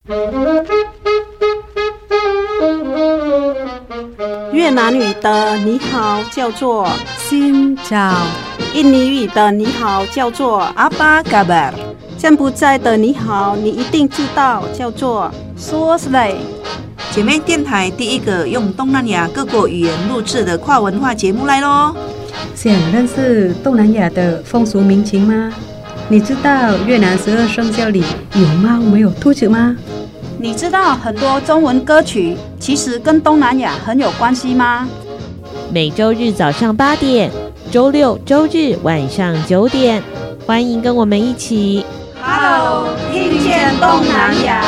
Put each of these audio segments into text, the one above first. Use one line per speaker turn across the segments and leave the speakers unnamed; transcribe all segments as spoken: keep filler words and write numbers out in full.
越南语的你好叫做
Xin chào，
印尼语的你好叫做
Apa kabar，
柬埔寨的你好你一定知道叫做
Suo Slay。
姐妹电台第一个用东南亚各国语言录制的跨文化节目来咯。
想认识东南亚的风俗民情吗？你知道越南十二生肖里有猫没有兔子吗？
你知道很多中文歌曲其实跟东南亚很有关系吗？
每周日早上八点，周六周日晚上九点，欢迎跟我们一起
Hello， 听见东南亚。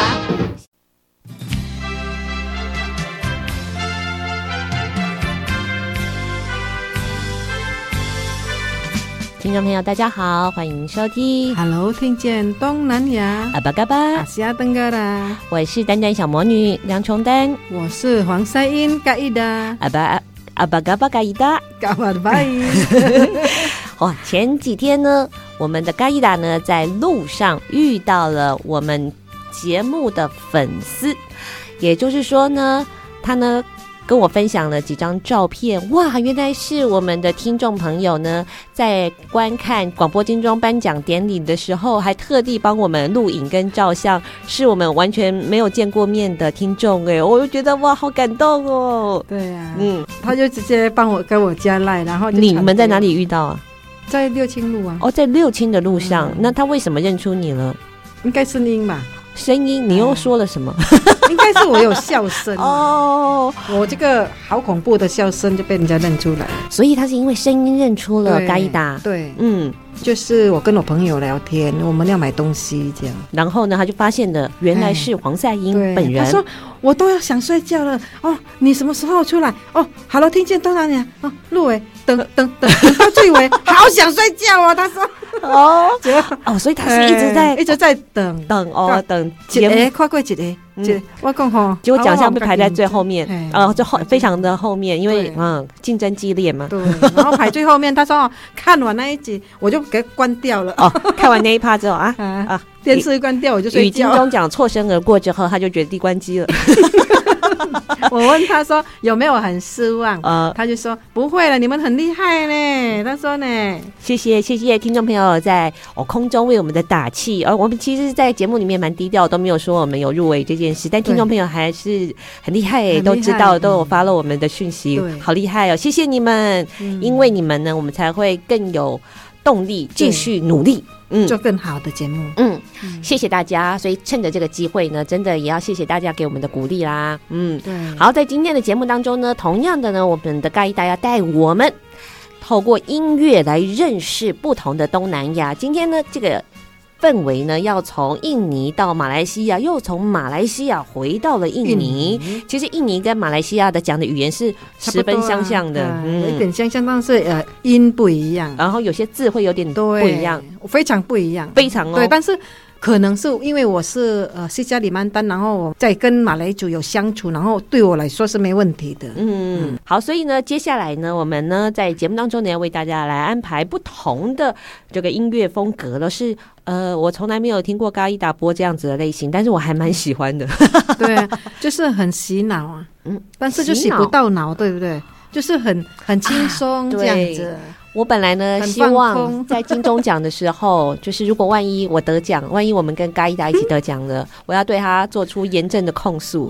听众朋友大家好，欢迎收听
Hello， 听见东南亚，
阿巴嘎巴，
阿西亚登嘎啦，
我是丹丹小魔女梁琼丹，
我是黄赛英嘎伊达，
阿巴阿巴嘎巴嘎伊达，
嘎巴的拜。
哇，前几天呢，我们的嘎伊达呢在路上遇到了我们节目的粉丝，也就是说呢，他呢跟我分享了几张照片，哇，原来是我们的听众朋友呢，在观看广播金钟颁奖典礼的时候，还特地帮我们录影跟照相，是我们完全没有见过面的听众哎，我就觉得哇，好感动哦。
对啊，
嗯，
他就直接帮我跟我加赖，然后就
你们在哪里遇到啊？
在六轻路啊。
哦，在六轻的路上，
嗯、
那他为什么认出你了？
应该声音吧。
声音，你又说了什么？
应该是我有笑声
哦，
我这个好恐怖的笑声就被人家认出来，
所以他是因为声音认出了嘎伊达。
对，
嗯，
就是我跟我朋友聊天，我们要买东西这样，
然后呢，他就发现了原来是黄赛英本人。
他说我都要想睡觉了哦，你什么时候出来？哦，好了，听见东南亚哦，入围，等等等等到最尾，好想睡觉啊！他说
哦哦，所以他是一直在、
欸、一直在等
等哦等
节目，快快一个。嗯、我讲吼，
结果奖项被排在最后面，呃，就后非常的后面，因为嗯竞争激烈嘛。
对，然后排最后面，他说看完那一集，我就给关掉了。
哦，看完那一趴之后啊啊，
电视关掉我就睡觉。
与金钟奖错身而过之后，他就决定关机了。
我问他说有没有很失望，呃，他就说不会了，你们很厉害呢。他说呢，
谢谢谢谢听众朋友在哦空中为我们的打气。而、呃、我们其实，在节目里面蛮低调，都没有说我们有入围这件事，但听众朋友还是很厉害，很厉害都知道，都有 follow 我们的讯息，好厉害哦！谢谢你们、嗯，因为你们呢，我们才会更有动力继续努力。
嗯，做更好的节目。
嗯，嗯谢谢大家。所以趁着这个机会呢，真的也要谢谢大家给我们的鼓励啦。嗯，对。好，在今天的节目当中呢，同样的呢，我们的嘎伊达要带我们透过音乐来认识不同的东南亚。今天呢，这个氛围呢，要从印尼到马来西亚，又从马来西亚回到了印尼。印尼其实印尼跟马来西亚的讲的语言是十分相像的，
啊嗯、有一点相像，但是呃音不一样，
然后有些字会有点不一样，
非常不一样，
非常哦。
对，但是可能是因为我是呃西加里曼丹，然后我在跟马来族有相处，然后对我来说是没问题的。
嗯，嗯好，所以呢，接下来呢，我们呢在节目当中呢，要为大家来安排不同的这个音乐风格了，是。呃，我从来没有听过嘎伊达播这样子的类型，但是我还蛮喜欢的。
对啊，就是很洗脑啊，嗯，但是就洗不到脑，对不对？就是很很轻松这样子。啊、
我本来呢，希望在金钟奖的时候，就是如果万一我得奖，万一我们跟嘎伊达一起得奖了，我要对他做出严正的控诉。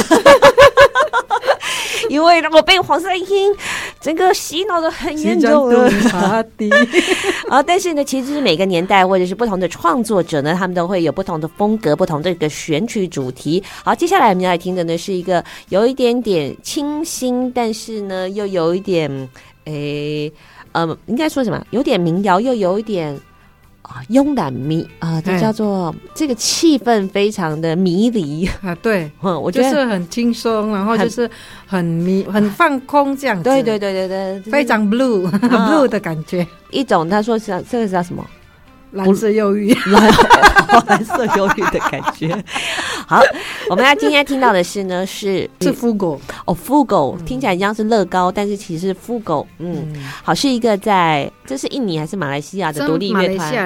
因为我被黄赛英整个洗脑的很严重了啊！但是呢，其实每个年代或者是不同的创作者呢，他们都会有不同的风格、不同的一个选曲主题。好，接下来我们要来听的呢是一个有一点点清新，但是呢又有一点诶呃，应该说什么？有点民谣，又有一点。啊，慵懒迷啊，这叫做这个气氛非常的迷离
啊，对，
嗯，我觉得
就是很轻松，然后就是很迷、很放空这样子，
对对对对对，
非常 blue、啊、blue 的感觉。
一种他说是这个是叫什么？
蓝色忧郁，
蓝蓝色忧郁的感觉。好，我们要今天听到的是呢，是
是富狗
哦，富狗、嗯、听起来像是乐高，但是其实是富狗，嗯，嗯好，是一个在这是印尼还是马来西亚的独立乐团？
马来西亚人，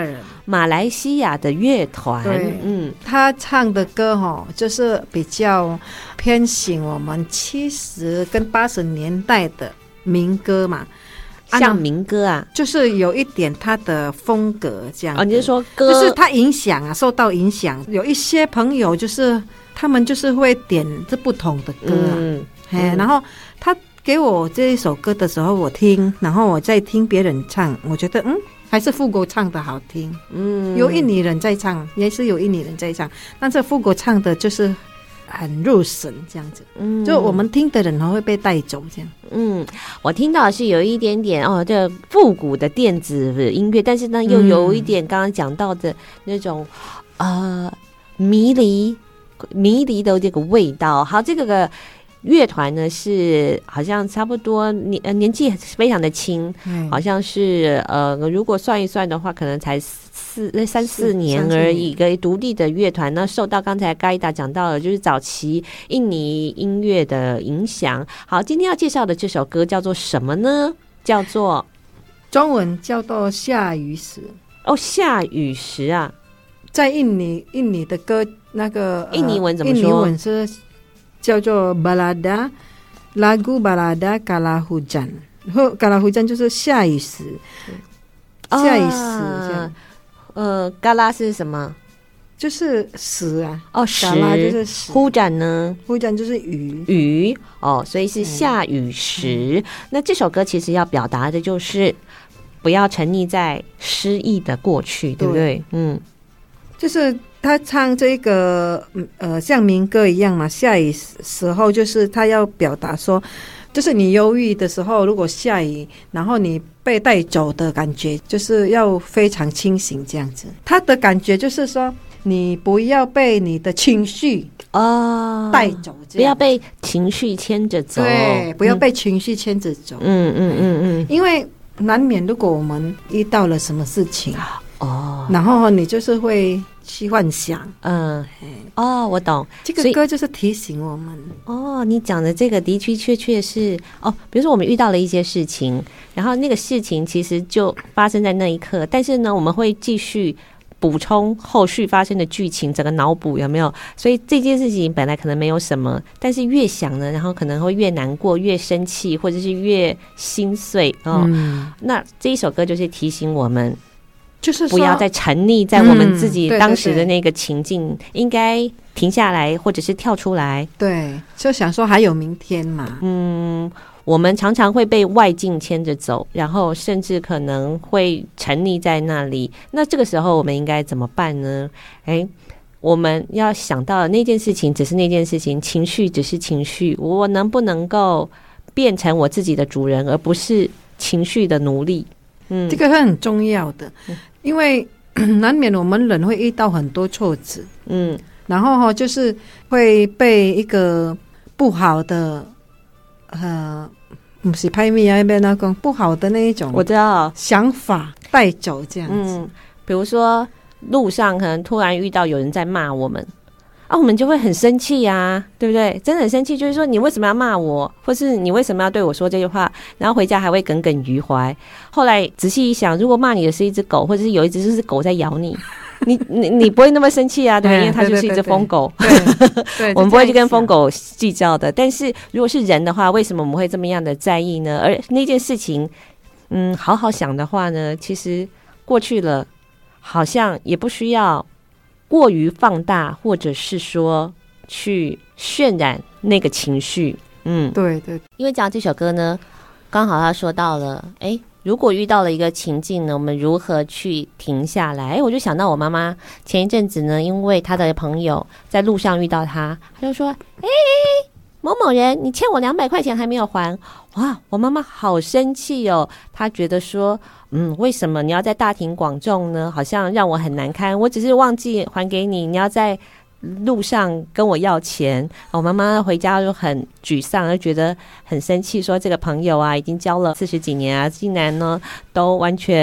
马来西亚的乐团。
对，
嗯，
他唱的歌哈，就是比较偏行我们七十跟八十年代的民歌嘛，
像民歌啊，
就是有一点他的风格这样。
哦，你是说歌，
就是他影响啊，受到影响。有一些朋友就是他们就是会点这不同的歌啊，
嗯，
嗯，然后他给我这一首歌的时候，我听，然后我再听别人唱，我觉得嗯。还是副歌唱的好听，嗯，有印尼人在唱，也是有印尼人在唱，但是副歌唱的就是很入神，这样子，嗯，就我们听的人会被带走，这样。
嗯，我听到的是有一点点哦，这复古的电子音乐，但是呢，又有一点刚刚讲到的那种、嗯、呃迷离迷离的这个味道。好，这个个。乐团呢是好像差不多年呃年纪非常的轻，嗯、好像是呃如果算一算的话，可能才四三四年而已，一个独立的乐团呢，受到刚才盖达讲到的，就是早期印尼音乐的影响。好，今天要介绍的这首歌叫做什么呢？叫做
中文叫做下雨时。
哦，下雨时啊，
在印尼印尼的歌那个、
呃、印尼文怎么说？
印尼文是。叫做 balada lagu balada kala hujan， 然后 kala hujan 就是下雨时，
哦、
下雨时这样。
呃，嘎拉是什么？
就是时啊。
哦，时
就是时。
忽展呢？
忽展就是雨
雨哦，所以是下雨时。嗯、那这首歌其实要表达的就是不要沉溺在失意的过去，对不对？对嗯，
就是。他唱这个呃像民歌一样嘛，下雨时候就是他要表达说，就是你忧郁的时候，如果下雨，然后你被带走的感觉，就是要非常清醒这样子。他的感觉就是说，你不要被你的情绪啊带走，
不要被情绪牵着走，
对，不要被情绪牵着走。
嗯嗯嗯嗯，
因为难免如果我们遇到了什么事情
哦，
然后你就是会。去幻想，
嗯，哦，我懂，
这个歌就是提醒我们。
哦，你讲的这个的确确确是哦，比如说我们遇到了一些事情，然后那个事情其实就发生在那一刻，但是呢，我们会继续补充后续发生的剧情，整个脑补有没有？所以这件事情本来可能没有什么，但是越想呢，然后可能会越难过、越生气，或者是越心碎哦。嗯、那这一首歌就是提醒我们。就是不要再沉溺在我们自己当时的那个情境，嗯、对对对应该停下来，或者是跳出来。
对，就想说还有明天嘛。
嗯，我们常常会被外境牵着走，然后甚至可能会沉溺在那里。那这个时候我们应该怎么办呢？哎，我们要想到的那件事情只是那件事情，情绪只是情绪，我能不能够变成我自己的主人，而不是情绪的奴隶？
嗯，这个是很重要的。嗯因为难免我们人会遇到很多挫折，嗯，然后哈就是会被一个不好的呃，不是拍米啊，那那个不好的那一种，
我知道
想法带走这样子。
嗯，比如说路上可能突然遇到有人在骂我们。啊，我们就会很生气啊，对不对？真的很生气，就是说你为什么要骂我，或是你为什么要对我说这句话，然后回家还会耿耿于怀。后来仔细一想，如果骂你的是一只狗，或者是有一只就是狗在咬你，你你你不会那么生气啊，对不对？因为它就是一只疯狗，
对对对，
我们不会去跟疯狗计较的。但是如果是人的话，为什么我们会这么样的在意呢？而那件事情，嗯，好好想的话呢，其实过去了，好像也不需要。过于放大，或者是说去渲染那个情绪，嗯，
对对。
因为讲这首歌呢，刚好他说到了，哎，如果遇到了一个情境呢，我们如何去停下来？哎，我就想到我妈妈前一阵子呢，因为她的朋友在路上遇到她，她就说，哎，某某人，你欠我两百块钱还没有还，哇，我妈妈好生气哦，她觉得说。嗯，为什么你要在大庭广众呢？好像让我很难堪。我只是忘记还给你，你要在路上跟我要钱。我妈妈回家就很沮丧，就觉得很生气，说这个朋友啊，已经交了四十几年啊，竟然呢都完全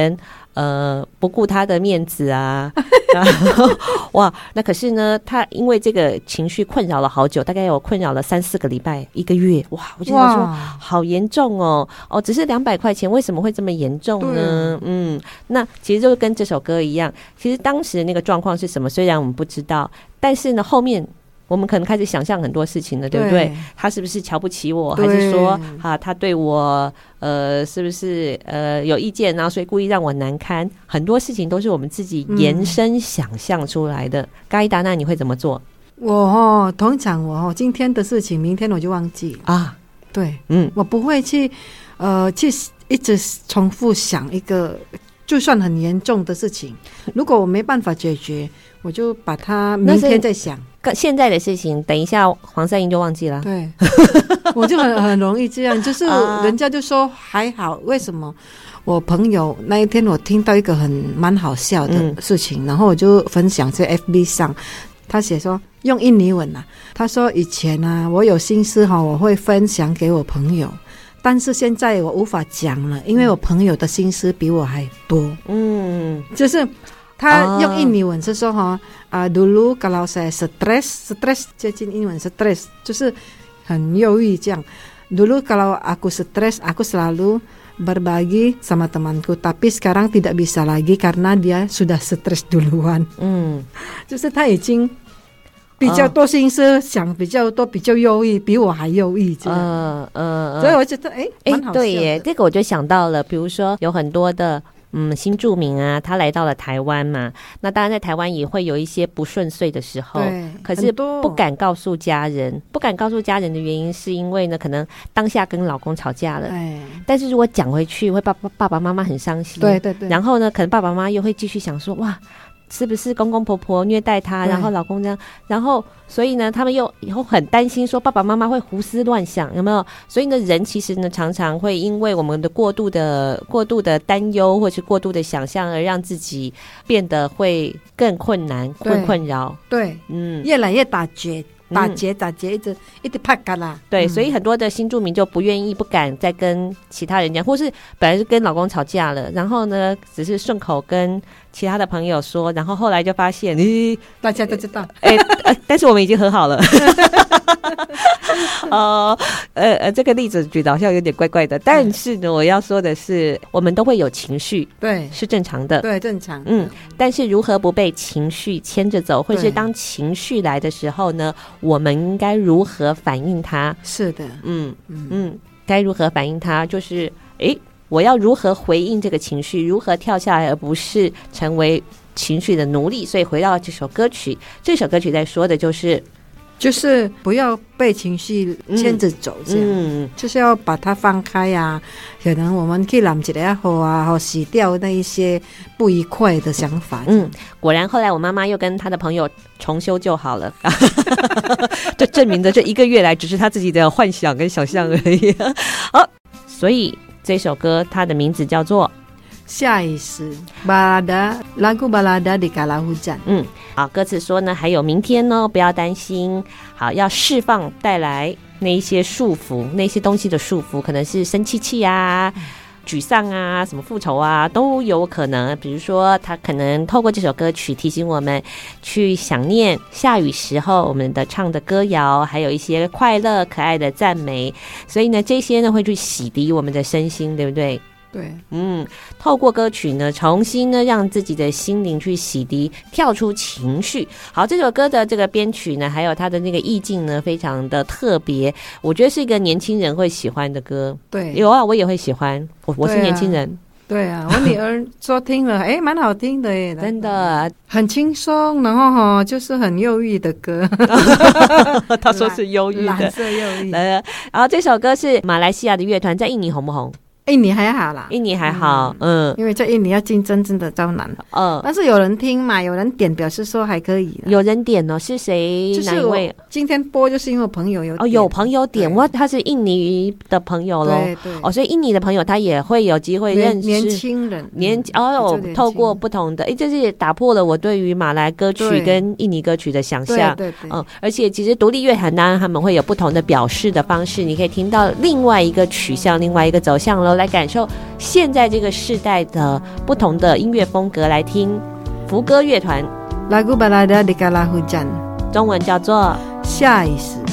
呃不顾他的面子啊，然后哇，那可是呢，他因为这个情绪困扰了好久，大概有困扰了三四个礼拜、一个月，哇，我就想说好严重哦，哦，只是两百块钱，为什么会这么严重呢？嗯，那其实就跟这首歌一样，其实当时的那个状况是什么，虽然我们不知道，但是呢，后面我们可能开始想象很多事情了，对不对？对，他是不是瞧不起我，还是说啊，他对我呃是不是呃有意见，然后所以故意让我难堪？很多事情都是我们自己延伸想象出来的。嘎伊达，那你会怎么做？
我哦，通常我哦，今天的事情，明天我就忘记啊。对，嗯，我不会去呃去一直重复想一个。就算很严重的事情，如果我没办法解决，我就把它明天再想。
现在的事情，等一下黄赛英就忘记了。
对，我就很很容易这样，就是人家就说还好，为什么？我朋友那一天我听到一个很蛮好笑的事情，嗯、然后我就分享在 F B 上，他写说用印尼文啊，他说以前啊，我有心事哈，我会分享给我朋友。但是现在我无法讲了，因为我朋友的心思比我还多。嗯，就是他用印尼文是说哈啊 ，dulu kalau saya stress stress 接近英文 stress 就是很忧郁这样。Dulu kalau aku stress aku selalu berbagi sama temanku, tapi sekarang tidak bisa lagi karena dia sudah stress duluan. 嗯，就是他已经。比较多心思、哦、想比较多，比较忧郁，比我还忧郁这样。嗯嗯，所以我觉得哎，蛮好笑的。
对耶，这个我就想到了，比如说有很多的嗯新住民啊，他来到了台湾嘛，那当然在台湾也会有一些不顺遂的时候，对，可是不敢告诉家人，不敢告诉家人的原因是因为呢，可能当下跟老公吵架了，哎，但是如果讲回去，会爸爸爸爸妈妈很伤心，
对对对，
然后呢，可能爸爸妈妈又会继续想说，哇。是不是公公婆婆虐待他，然后老公这样，然后所以呢，他们又以后很担心说爸爸妈妈会胡思乱想，有没有？所以呢，人其实呢常常会因为我们的过度的过度的担忧或是过度的想象，而让自己变得会更困难、更困扰。
对，嗯，越来越打结。打结打结一直一直怕干啦，
对、嗯，所以很多的新住民就不愿意、不敢再跟其他人讲，或是本来是跟老公吵架了，然后呢，只是顺口跟其他的朋友说，然后后来就发现，咦，
大家都知道，
哎、欸，但是我们已经和好了。哦，呃呃，这个例子举得好像有点怪怪的，但是呢，我要说的是，我们都会有情绪，
对，
是正常的，
对，正常，
嗯，但是如何不被情绪牵着走，或是当情绪来的时候呢？我们应该如何反应它？
是的，
嗯嗯，该如何反应它？就是诶，我要如何回应这个情绪？如何跳下来，而不是成为情绪的奴隶？所以回到这首歌曲，这首歌曲在说的就是。
就是不要被情绪牵着走，这样、嗯，就是要把它放开呀、啊。可能我们可以揽起来好啊，好洗掉那一些不愉快的想法。
嗯，果然后来我妈妈又跟她的朋友重修就好了，这证明着这一个月来只是她自己的幻想跟想象而已。好，所以这首歌它的名字叫做。
下一时 balada lagu balada di kala hujan。
嗯，好，歌词说呢，还有明天呢，不要担心，好，要释放带来那一些束缚，那些东西的束缚，可能是生气气啊、沮丧啊、什么复仇啊，都有可能。比如说，他可能透过这首歌曲提醒我们去想念下雨时候我们的唱的歌谣，还有一些快乐可爱的赞美。所以呢，这些呢会去洗涤我们的身心，对不对？
对，
嗯，透过歌曲呢，重新呢让自己的心灵去洗涤，跳出情绪。好，这首歌的这个编曲呢，还有它的那个意境呢，非常的特别，我觉得是一个年轻人会喜欢的歌。
对，
有啊，我也会喜欢，我我是年轻人。
对啊，我女儿说听了，哎，蛮好听的耶，
真的
很轻松，然后哈就是很忧郁的歌。
他说是忧郁的，
蓝色忧郁。
然后这首歌是马来西亚的乐团，在印尼红不红？
印尼还好啦，
印尼还好，嗯，
嗯因为在印尼要竞争真的遭难，嗯，但是有人听嘛，有人点表示说还可以，
有人点哦，是谁？
就是哪一位？今天播就是因为我朋友有点哦，
有朋友点，哇，他是印尼的朋友咯，
对对，
哦，所以印尼的朋友他也会有机会认识
年轻人，
年哦，透过不同的，哎，这是打破了我对于马来歌曲跟印尼歌曲的想象，
对对对，
嗯，而且其实独立乐坛当然他们会有不同的表示的方式，你可以听到另外一个取向，另外一个走向咯。 来感受现在这个世代的不同的音乐风格，来听福歌乐团。
Lagu balada di kala hujan，
中文叫做
下一时。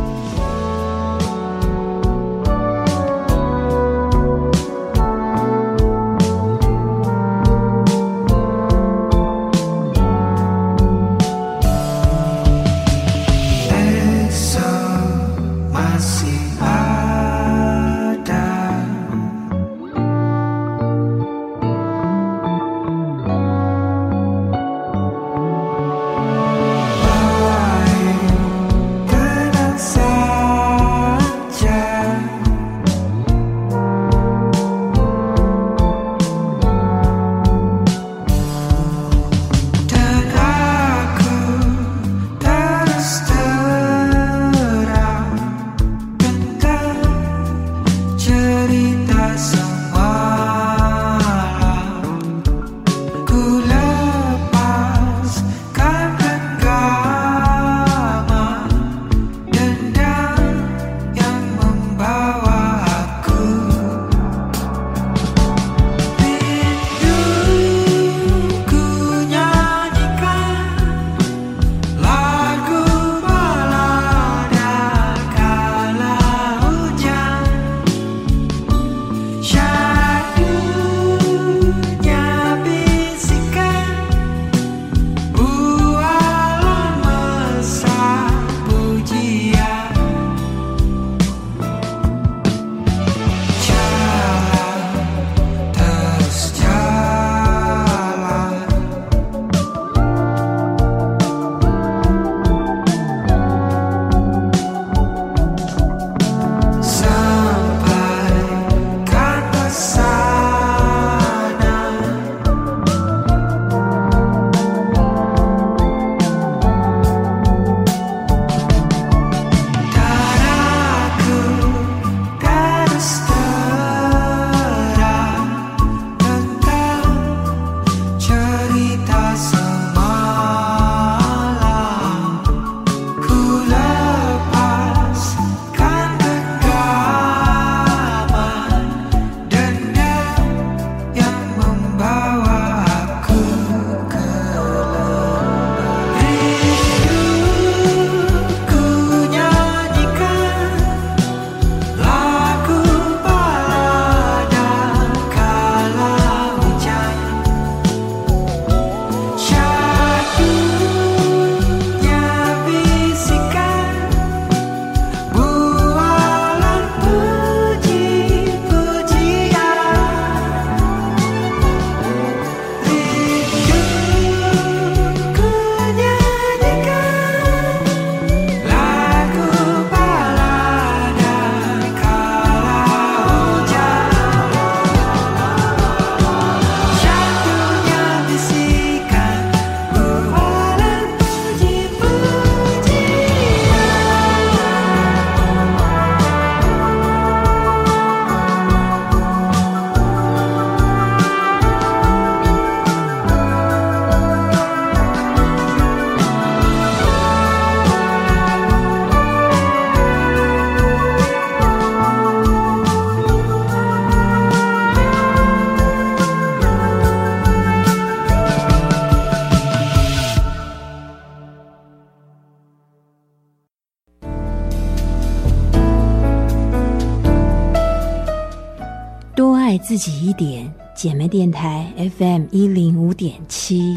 爱自己一点，姐妹电台 F M 一零五点七。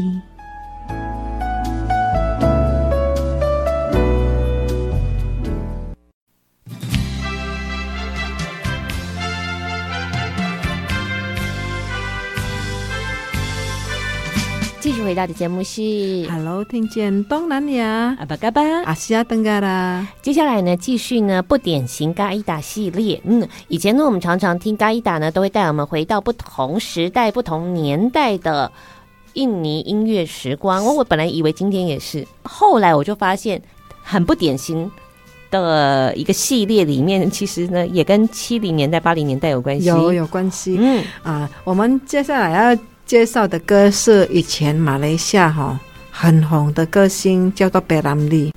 继续回到的节目是
Hello， 听见东南亚
阿巴嘎巴
阿西亚登嘎啦。
接下来呢，继续呢不典型嘎伊达系列。嗯，以前呢，我们常常听嘎伊达呢，都会带我们回到不同时代、不同年代的印尼音乐时光。我我本来以为今天也是，后来我就发现很不典型的一个系列里面，其实呢也跟七零年代、八零年代有关系，
有有关系。
嗯
啊，我们接下来要介绍的歌是以前马来西亚哈、哦、很红的歌星，叫做贝兰丽。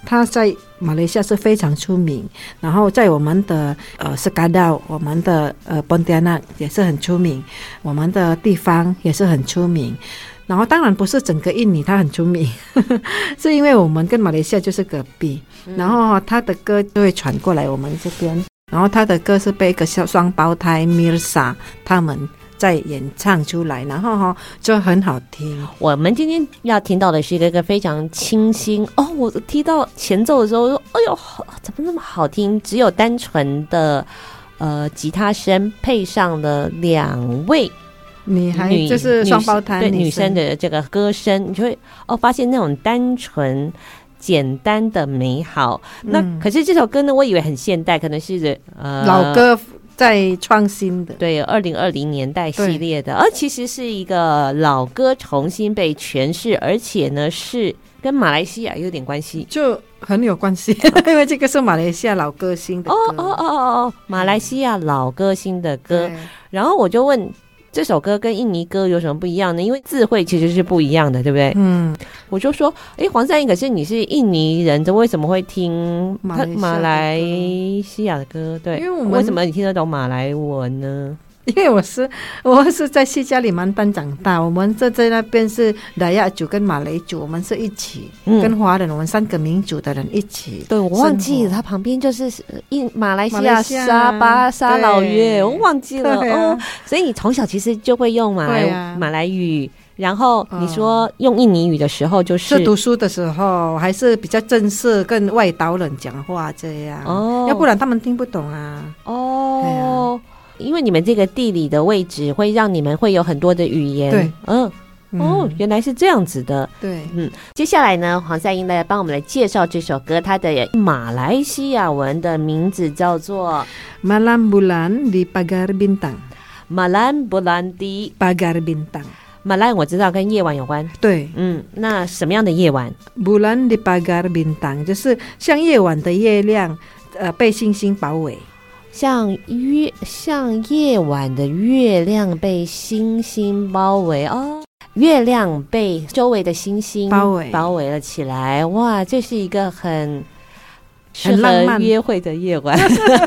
他在马来西亚是非常出名，然后在我们的呃斯卡道，我们的呃本迪纳也是很出名，我们的地方也是很出名。然后当然不是整个印尼它很出名，呵呵，是因为我们跟马来西亚就是隔壁，嗯、然后他的歌就会传过来我们这边，然后他的歌是被一个小双胞胎 Mirsa 他们在演唱出来，然后哈就很好听。
我们今天要听到的是一个一个非常清新哦，我听到前奏的时候说，哎呦，怎么那么好听？只有单纯的呃吉他声配上了两位。
女孩就是双胞胎
对女生的这个歌声，你就会哦发现那种单纯简单的美好。嗯、那可是这首歌呢，我以为很现代，可能是呃
老歌在创新的，
对，二零二零年代系列的，而其实是一个老歌重新被诠释，而且呢是跟马来西亚有点关系，
就很有关系，因为这个是马来西亚老歌星的歌。
哦哦哦哦，马来西亚老歌星的歌。然后我就问，这首歌跟印尼歌有什么不一样呢？因为字汇其实是不一样的，对不对？嗯，我就说，哎，黄善英，可是你是印尼人，这为什么会听马来马来西亚的歌？对，因为我们为什么你听得懂马来文呢？
因为我是我是在西加里曼丹长大，我们这在那边是达亚族跟马来族，我们是一起、嗯、跟华人，我们三个民族的人一起。
对，我忘记了，他旁边就是印马来西亚沙巴沙劳越，我忘记了、啊、哦。所以你从小其实就会用马来、啊、马来语。然后你说用印尼语的时候，就是、
是读书的时候，还是比较正式跟外岛人讲话这样，哦，要不然他们听不懂啊。
哦。因为你们这个地理的位置会让你们会有很多的语言，
对，
嗯，哦，原来是这样子的，
对，
嗯。接下来呢，黄善英来帮我们来介绍这首歌，它的马来西亚文的名字叫做
Malam Bulan di Pagar Bintang。Malam
Bulan di
Pagar Bintang。
马来我知道跟夜晚有关，
对，
嗯，那什么样的夜晚
？Bulan di Pagar Bintang 就是像夜晚的月亮，呃，被星星包围。
像月像夜晚的月亮被星星包围哦，月亮被周围的星星
包围
包围了起来，哇，这是一个很适合约会的夜晚。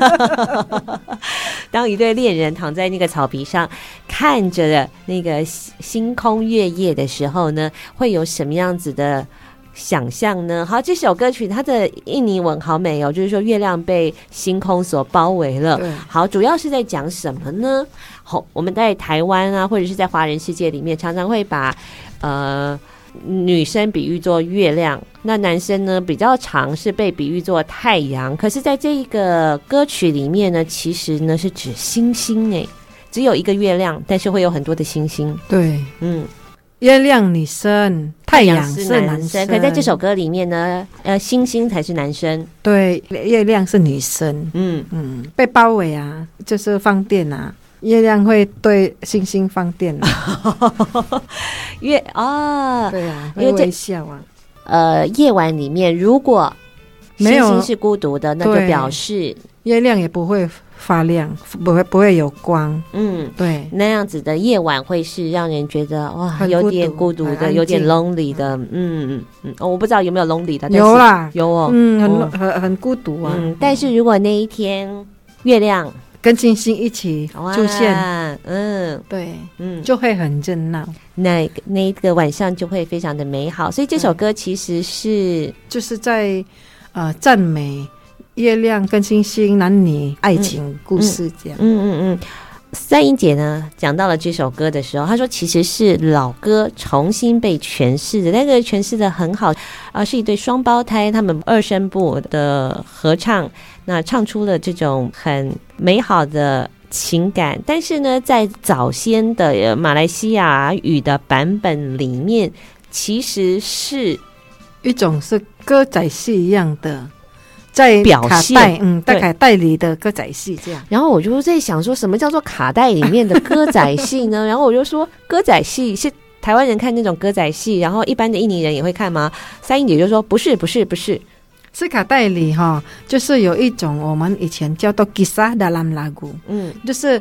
当一对恋人躺在那个草皮上，看着那个星空月夜的时候呢，会有什么样子的想象呢？好，这首歌曲它的印尼文好美哦，就是说月亮被星空所包围了。好，主要是在讲什么呢？好，我们在台湾啊，或者是在华人世界里面，常常会把呃女生比喻作月亮，那男生呢比较常是被比喻作太阳。可是在这一个歌曲里面呢，其实呢是指星星诶，只有一个月亮，但是会有很多的星星。
对，嗯。月亮女生，太阳是男生，
可在这首歌里面呢，呃，星星才是男生。
对，月亮是女生。嗯嗯，被包围啊，就是放电啊，月亮会对星星放电啊。
月啊，
对啊，会微笑啊。
呃，夜晚里面如果星星是孤独的，那就表示
月亮也不会发亮，不会不会有光。
嗯，
对，
那样子的夜晚会是让人觉得哇，有点孤独的，有点 lonely 的。嗯嗯嗯、哦，我不知道有没有 lonely 的，
有啦，
有哦，
嗯，很、哦、很很孤独啊。
嗯，但是如果那一天月亮
跟星星一起出现，
嗯，
对，嗯，就会很热闹，
那那一个晚上就会非常的美好。所以这首歌其实是
就是在呃赞美月亮跟星星男女爱情故事这样。
嗯嗯 嗯, 嗯赛英姐呢讲到了这首歌的时候，她说其实是老歌重新被诠释的，那个诠释的很好，呃，是一对双胞胎他们二声部的合唱，那唱出了这种很美好的情感。但是呢，在早先的马来西亚语的版本里面，其实是
一种是歌仔戏一样的在
表现，
嗯，在卡带里的歌仔戏这样。
然后我就在想说，什么叫做卡带里面的歌仔戏呢？然后我就说，歌仔戏是台湾人看那种歌仔戏，然后一般的印尼人也会看吗？赛英姐就说不是，不是，不是，
是卡带里哈，就是有一种我们以前叫做 Kisah dalam lagu， 嗯，就是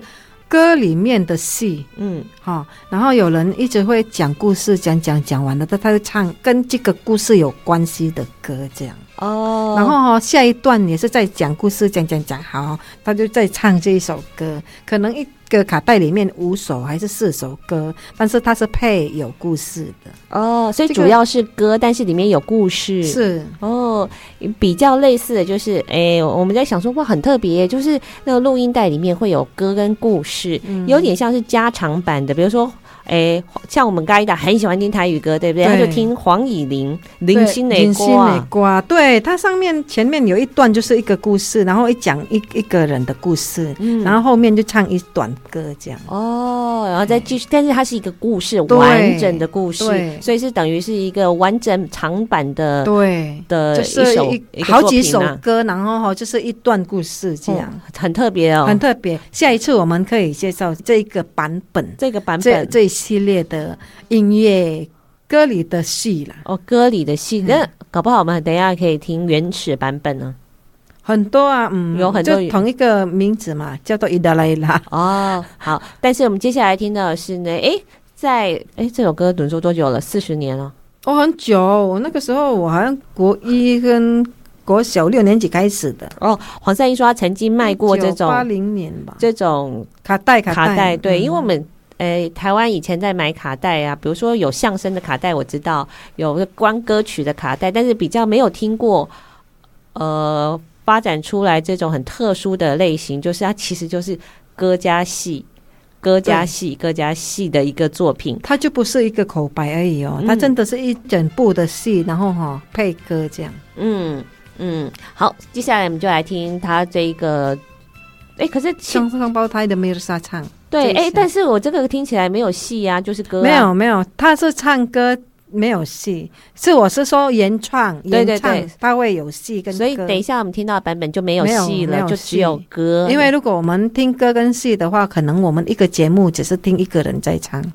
歌里面的戏，
嗯，
哈、哦，然后有人一直会讲故事，讲讲讲完了，他他就唱跟这个故事有关系的歌，这样。
哦，
然后、哦、下一段也是在讲故事，讲讲讲，好，他就在唱这一首歌，可能一个卡带里面五首还是四首歌，但是它是配有故事的。
哦，所以主要是歌，但是里面有故事。
是
哦，比较类似的就是，哎，我们在想说，哇，很特别，就是那个录音带里面会有歌跟故事，嗯、有点像是加长版的，比如说。哎，像我们嘎伊达很喜欢听台语歌，对不对？
对，
他就听黄以玲《零星的
瓜》，对，它上面前面有一段就是一个故事，然后一讲一一个人的故事、嗯，然后后面就唱一段歌这样。
哦，然后再继续，但是它是一个故事，完整的故事，所以是等于是一个完整长版的，
对
的一首、
就是
一一
好几首歌，然后哈就是一段故事这样，
嗯、很特别哦，
很特别。下一次我们可以介绍这个版本，
这个版本
这这。系列的音乐歌里的戏啦，
哦，歌里的戏，那、嗯、搞不好我们等一下可以听原始版本呢。
很多啊，嗯，
有很多
就同一个名字嘛，叫做伊达莱拉。
哦，好，但是我们接下来听到的是呢，哎，在哎这首歌轮说多久了？四十年了。
哦，很久，那个时候我好像国一跟国小六年级开始的。
哦，黄赛英说他曾经卖过这种
八零年吧，
这种
卡带卡带，
卡带对、嗯，因为我们。诶，台湾以前在买卡带啊，比如说有相声的卡带，我知道有关歌曲的卡带，但是比较没有听过，呃，发展出来这种很特殊的类型，就是它其实就是歌加戏、歌加戏、歌加戏的一个作品，
它就不是一个口白而已哦，嗯、它真的是一整部的戏，然后哈、哦、配歌这样。
嗯嗯，好，接下来我们就来听它这一个，哎，可是
双双胞胎的梅尔莎唱。
对，哎，但是我这个听起来没有戏啊，就是歌、啊。
没有没有，他是唱歌没有戏，是我是说原创，
对对对，
原唱他会有戏跟歌。
所以等一下我们听到的版本就没有戏了，就只有歌。
因为如果我们听歌跟戏的话，可能我们一个节目只是听一个人在唱。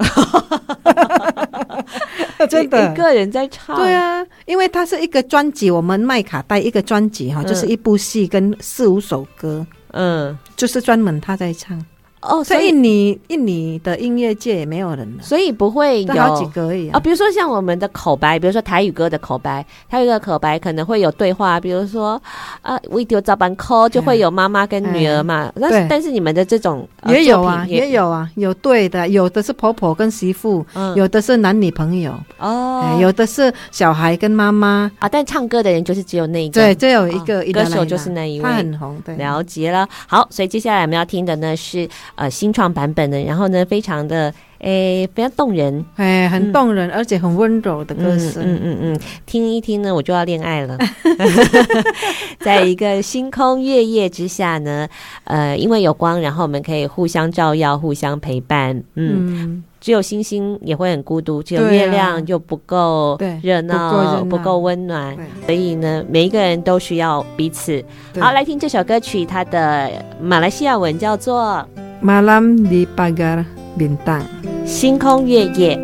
真的，
一个人在唱。
对啊，因为它是一个专辑，我们卖卡带一个专辑哈、嗯，就是一部戏跟四五首歌，嗯，就是专门他在唱。
哦，
所以印尼印尼的音乐界也没有人了，
所以不会有
好几个而已啊、
哦。比如说像我们的口白，比如说台语歌的口白，台语歌的口白可能会有对话，比如说啊，为丢早班 call 就会有妈妈跟女儿嘛。但、嗯、但是你们的这种、
呃、也有啊，也, 也有啊，有对的，有的是婆婆跟媳妇，嗯、有的是男女朋友哦、哎，有的是小孩跟妈妈
啊。但唱歌的人就是只有那一个，
对，只有一个、哦、
歌手就是那一位，
他很红，对，
了解了。好，所以接下来我们要听的呢是呃新创版本的，然后呢非常的诶非常动人，
哎，很动人、嗯、而且很温柔的歌声，
嗯嗯嗯，听一听呢我就要恋爱了。在一个星空月夜之下呢，呃因为有光，然后我们可以互相照耀，互相陪伴，嗯。嗯，只有星星也会很孤独，只有月亮就不够热闹，不够温暖，所以呢每一个人都需要彼此。好，来听这首歌曲，它的马来西亚文叫做
Malam di Pagar Bintang，
星空月夜。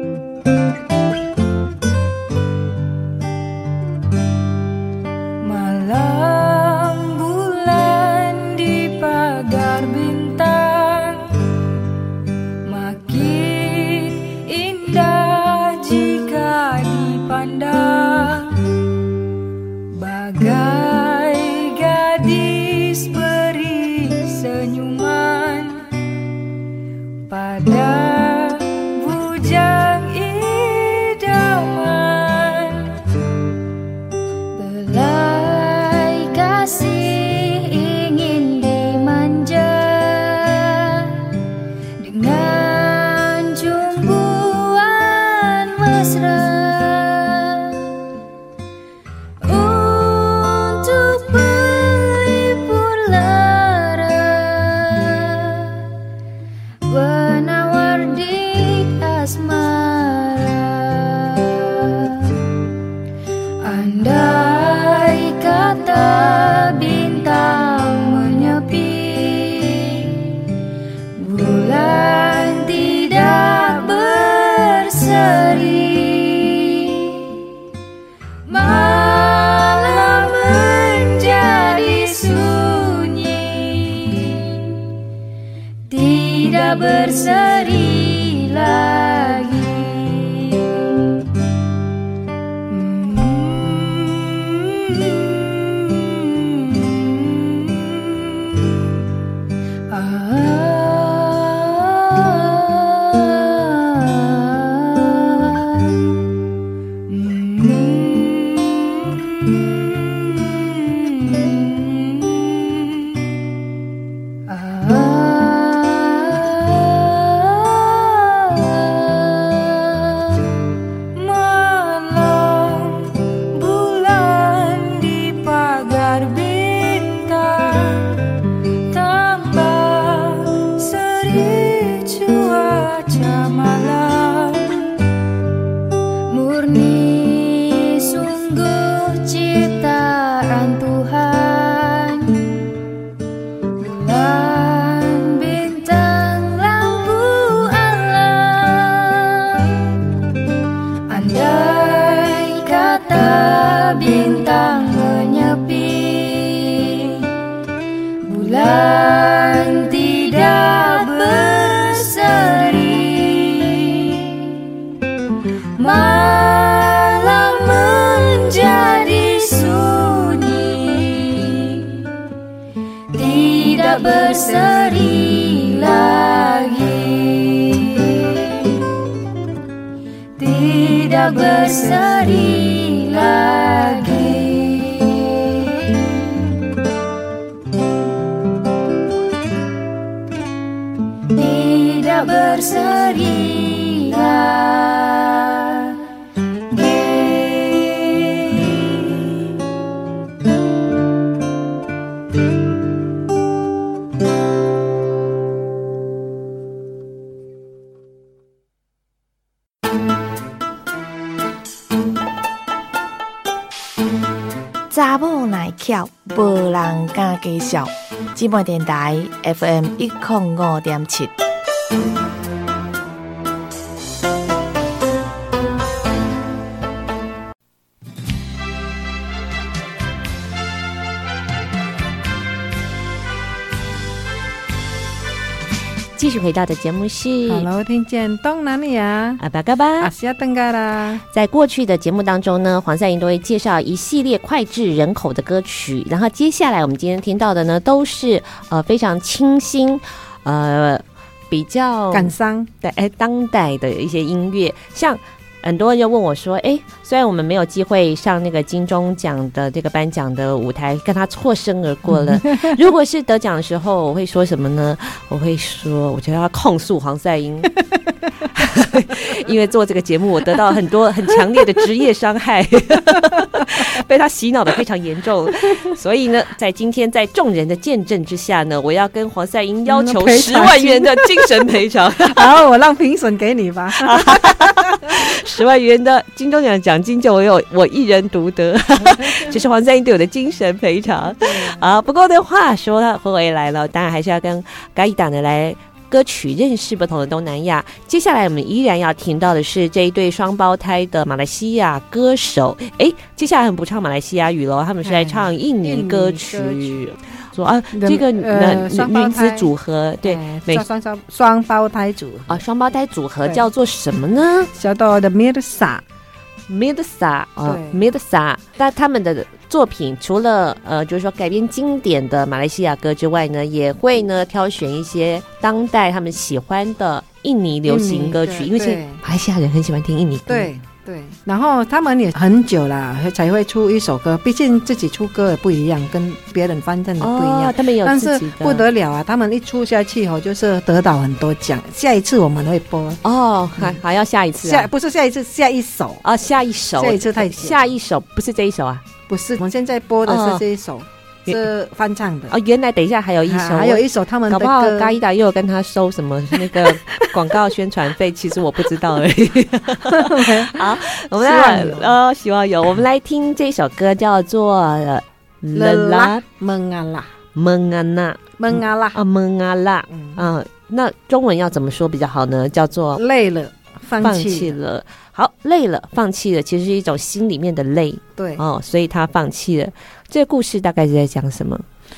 Pada bujang ini tidak berseri lagi. Berseri lagi, tidak berseri lagi, tidak berseri lagi.
查某耐巧，无人敢介绍。姊妹电台 F M 一零五点七。
继续回到的节目是
Hello， 听见东南亚
阿巴嘎巴
阿西亚登嘎啦。
在过去的节目当中呢，黄赛莹都会介绍一系列脍炙人口的歌曲，然后接下来我们今天听到的呢，都是呃非常清新，呃比较
感伤
的哎当代的一些音乐，像。很多人就问我说：“哎，虽然我们没有机会上那个金钟奖的这个颁奖的舞台，跟他错身而过了。如果是得奖的时候，我会说什么呢？我会说，我觉得要控诉黄赛莹，因为做这个节目，我得到很多很强烈的职业伤害，被他洗脑的非常严重。所以呢，在今天在众人的见证之下呢，我要跟黄赛莹要求十万元的精神赔偿。
好，我让评审给你吧。”
十万元的金钟奖奖金就我有我一人独得，这是黄赛莹对我的精神赔偿啊。不过的话说他回来了，当然还是要跟嘎伊党的来歌曲认识不同的东南亚。接下来我们依然要听到的是这一对双胞胎的马来西亚歌手，哎，接下来他们不唱马来西亚语了，他们是来唱印尼歌曲。说啊，这个呃女子组合对，
双双双胞胎组合
啊，双胞胎组合叫做什么呢？
叫做的 Mirsa。Mirsa
啊 ，Mirsa， 那他们的作品除了呃，就是说改编经典的马来西亚歌之外呢，也会呢挑选一些当代他们喜欢的印尼流行歌曲，因为是马来西亚人很喜欢听印尼歌。
对对，然后他们也很久了才会出一首歌，毕竟自己出歌也不一样，跟别人翻唱的不一样。
哦，他们有自己的，
但是不得了啊！他们一出下去哦，就是得到很多奖。下一次我们会播
哦，还还要下一次、啊，
下不是下一次，下一首
啊，下一首，
下一次太
下一首不是这一首啊，
不是，我们现在播的是这一首。哦是翻唱的
哦，原来等一下还有一首，
啊、还有一首他们的歌，
搞不好嘎伊达又有跟他收什么那个广告宣传费，其实我不知道而已。好，我们来呃，希望有，我们来听这首歌，叫做《
勒拉蒙阿拉
蒙阿那
蒙阿拉
啊蒙阿拉》嗯，那中文要怎么说比较好呢？叫做
累了，
放弃了。好，累了，放弃了，其实是一种心里面的累，
对
哦，所以他放弃了。这个故事大概是在讲什么？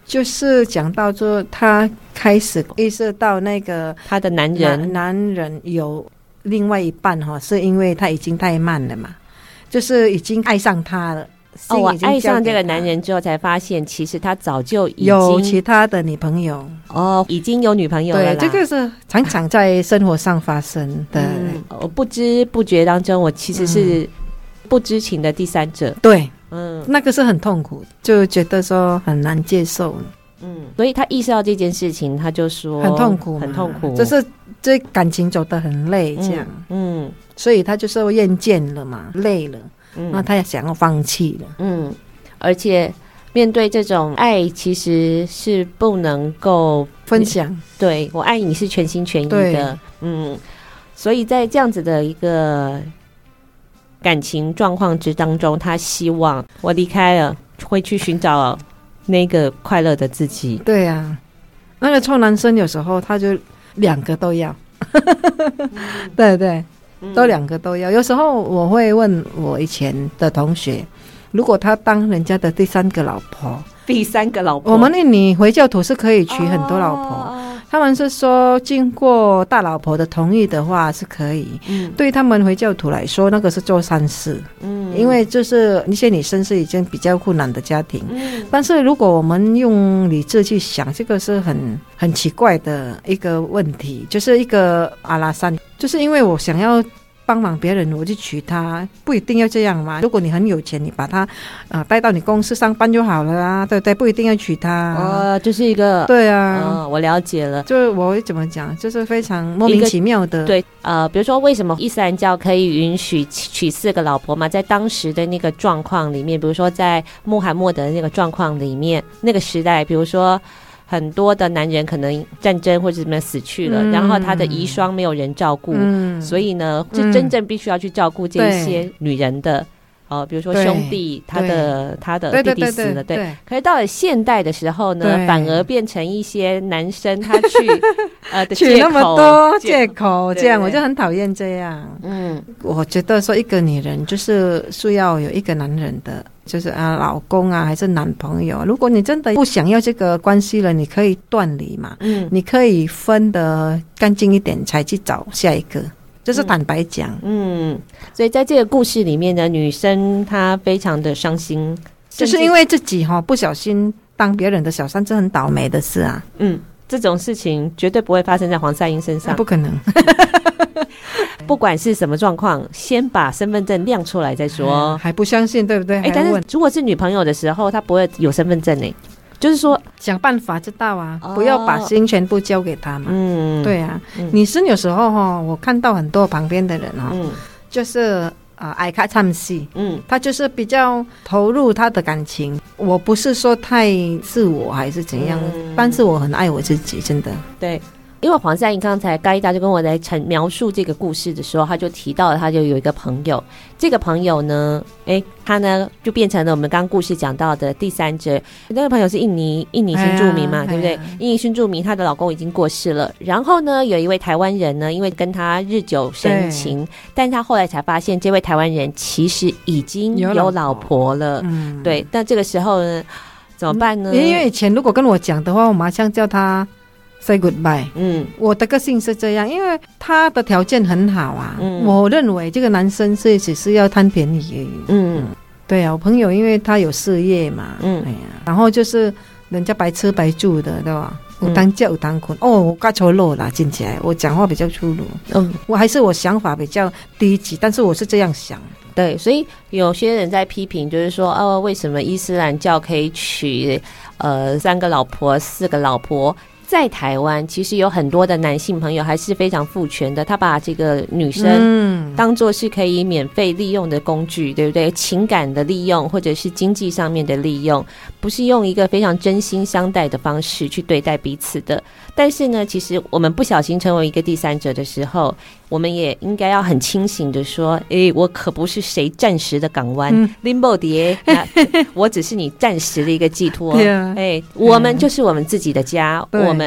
就是讲到说他开始意识到那个
他的男人
男人有另外一半哈，是因为他已经太慢了嘛，就是已经爱上他了。
哦，我爱上这个
他
男人之后，才发现其实他早就已经
有其他的女朋友
哦，已经有女朋友了啦。
对，这个是常常在生活上发生的。
嗯，我不知不觉当中，我其实是不知情的第三者。
对，
嗯，
那个是很痛苦，就觉得说很难接受。
嗯，所以他意识到这件事情，他就说
很痛苦，
很痛苦，
就是这感情走得很累，这样。嗯，嗯所以他就是厌倦了嘛，累了。嗯，那他也想要放弃了。
嗯，而且面对这种爱，其实是不能够
分享。
对，我爱你是全心全意的。嗯，所以在这样子的一个感情状况之当中，他希望我离开了，会去寻找那个快乐的自己。
对啊，那个臭男生有时候他就两个都要。对对。都两个都要。有时候我会问我以前的同学，如果他当人家的第三个老婆，
第三个老婆，
我们印尼回教徒是可以娶很多老婆，哦、他们是说经过大老婆的同意的话是可以。嗯，对他们回教徒来说，那个是做善事。嗯，因为就是那些女生是已经比较困难的家庭。嗯，但是如果我们用理智去想，这个是很很奇怪的一个问题，就是一个阿拉善。就是因为我想要帮忙别人，我就娶她，不一定要这样嘛。如果你很有钱，你把她呃带到你公司上班就好了啊，对不对？不一定要娶她。
哦，就是一个
对啊、
哦，我了解了。
就是我会怎么讲，就是非常莫名其妙的。
对，呃，比如说为什么伊斯兰教可以允许娶四个老婆嘛？在当时的那个状况里面，比如说在穆罕默德的那个状况里面，那个时代，比如说。很多的男人可能战争或者什么死去了、嗯、然后他的遗孀没有人照顾、嗯、所以呢是真正必须要去照顾这些女人的、呃、比如说兄弟他的他的弟弟死了， 对, 对, 对, 对, 对可是到了现代的时候呢，反而变成一些男生他去呃的借口，
取那么多借口，这样我就很讨厌这样。嗯，我觉得说一个女人就是需要有一个男人的，就是啊老公啊还是男朋友，如果你真的不想要这个关系了，你可以断离嘛，嗯，你可以分得干净一点才去找下一个，就是坦白讲。 嗯, 嗯
所以在这个故事里面呢，女生她非常的伤心，
就是因为自己、哦、不小心当别人的小三，这很倒霉的事啊。
嗯，这种事情绝对不会发生在黄赛英身上、啊、
不可能
不管是什么状况，先把身份证亮出来再说、
嗯、还不相信对不对？
哎，但是如果是女朋友的时候，她不会有身份证呢，就是说
想办法知道啊、哦、不要把心全部交给他嘛。嗯，对啊、嗯、女生有时候、哦、我看到很多旁边的人、哦嗯、就是啊，爱看唱戏，嗯，他就是比较投入他的感情。我不是说太自我还是怎样、嗯、但是我很爱我自己，真的。
对，因为黄赛英刚才高一大就跟我在描述这个故事的时候，他就提到了他就有一个朋友，这个朋友呢，哎，他呢就变成了我们刚刚故事讲到的第三者。那个朋友是印尼印尼新住民嘛、哎、对不对、哎、印尼新住民，她的老公已经过世了，然后呢有一位台湾人呢，因为跟他日久生情，但他后来才发现这位台湾人其实已经有老婆了。嗯，对，那这个时候呢怎么办呢？
因为以前如果跟我讲的话，我马上叫他say goodbye。 嗯，我的个性是这样，因为他的条件很好啊、嗯、我认为这个男生是只是要贪便宜而已。嗯，对啊，我朋友因为他有事业嘛，嗯，哎呀，然后就是人家白吃白住的，对吧？有当叫有当困、嗯、哦，我刚粗鲁啦，听起来我讲话比较粗鲁。嗯，我还是我想法比较低级，但是我是这样想。
对，所以有些人在批评，就是说，哦，为什么伊斯兰教可以娶呃三个老婆、四个老婆？在台湾其实有很多的男性朋友还是非常父权的，他把这个女生当作是可以免费利用的工具、嗯、对不对？情感的利用或者是经济上面的利用，不是用一个非常真心相待的方式去对待彼此的。但是呢，其实我们不小心成为一个第三者的时候，我们也应该要很清醒的说，诶，我可不是谁暂时的港湾 limbo 碟，我只是你暂时的一个寄托。诶，我们就是我们自己的家，我们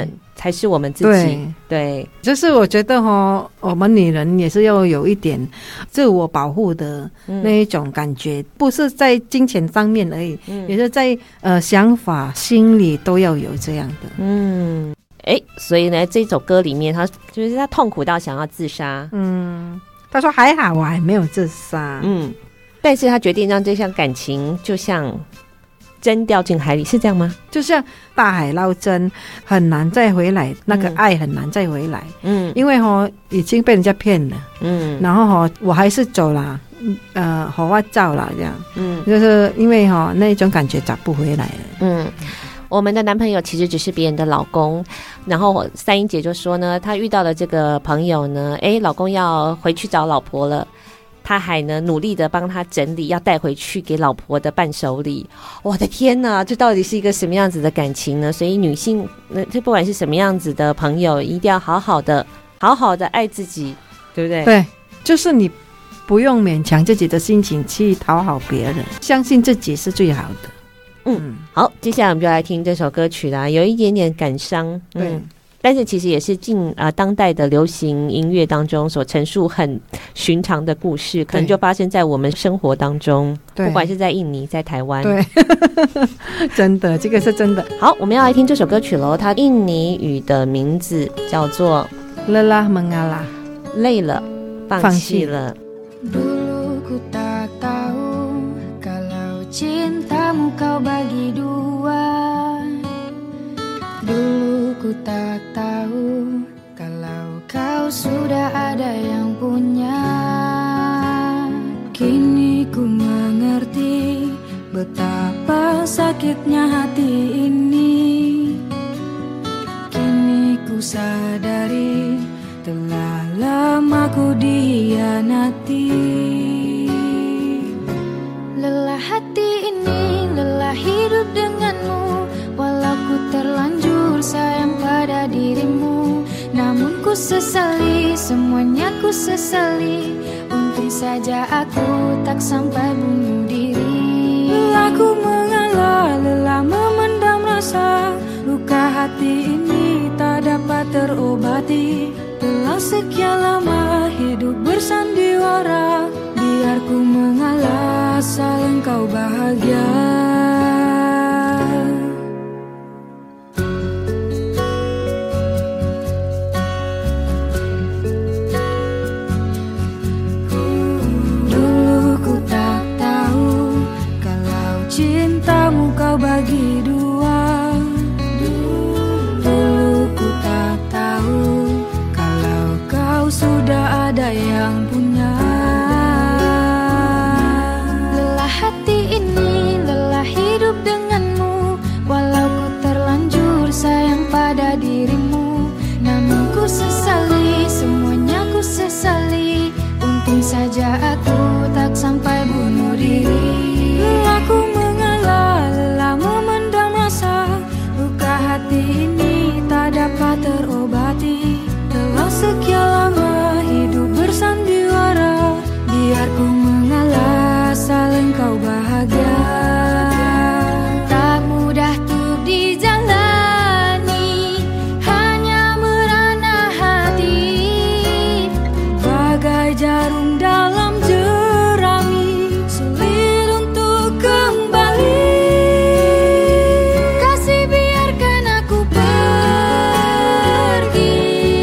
才是我们自己。
对
对，
就是我觉得哦，我们女人也是要有一点自我保护的那一种感觉，嗯、不是在金钱方面而已，嗯、也是在呃想法、心理都要有这样的。
嗯，哎，所以呢，这首歌里面，他就是他痛苦到想要自杀。
嗯，他说还好我还没有自杀。
嗯，但是他决定让这项感情就像针掉进海里，是这样吗？
就像大海捞针，很难再回来，那个爱很难再回来。嗯，因为哦已经被人家骗了。嗯，然后哦我还是走了，呃，好我照了这样。嗯，就是因为哦那种感觉找不回来了。
嗯。我们的男朋友其实只是别人的老公，然后三英姐就说呢，她遇到了这个朋友呢，哎，老公要回去找老婆了，她还呢努力的帮他整理，要带回去给老婆的伴手礼。我的天哪，这到底是一个什么样子的感情呢？所以女性，那这不管是什么样子的朋友，一定要好好的、好好的爱自己，对不对？
对，就是你不用勉强自己的心情去讨好别人，相信自己是最好的。
嗯，好，接下来我们就来听这首歌曲啦，有一点点感伤，
对，
嗯，但是其实也是近啊、呃、当代的流行音乐当中所陈述很寻常的故事，可能就发生在我们生活当中，不管是在印尼、在台湾，
对，真的，这个是真的。
好，我们要来听这首歌曲喽，它印尼语的名字叫做
Lelah Mengalah，
累了，放弃了。
Cintamu kau bagi dua. Dulu ku tak tahu kalau kau sudah ada yang punya. Kini ku mengerti betapa sakitnya hati ini. Kini ku sadari telah lama ku dihianati. Lelah hati ini, lelah hidup denganmu. Walau ku terlanjur sayang pada dirimu, namun ku sesali, semuanya ku sesali. Untung saja aku tak sampai bunuh diri. Lelah ku mengalah, lelah memendam rasa. Luka hati ini tak dapat terobati. Telah sekian lama hidup bersandiwara. Biar ku mengalah asal engkau bahagia. Dulu ku tak tahu kalau cintamu kau bagi dua. Dulu ku tak tahu kalau kau sudah ada yang punya. Ku sesali, semuanya ku sesali. Untung saja aku tak sampai bunuh diri. Lelah ku mengalah, lelah memendam rasa. Luka hati ini tak dapat terobati. Telah sekian lama hidup bersandiwara. Biar ku mengalah asal engkau bahagia. Tak mudah tuh dijalani. Jarum dalam jerami, sulit untuk kembali. Kasih biarkan aku pergi.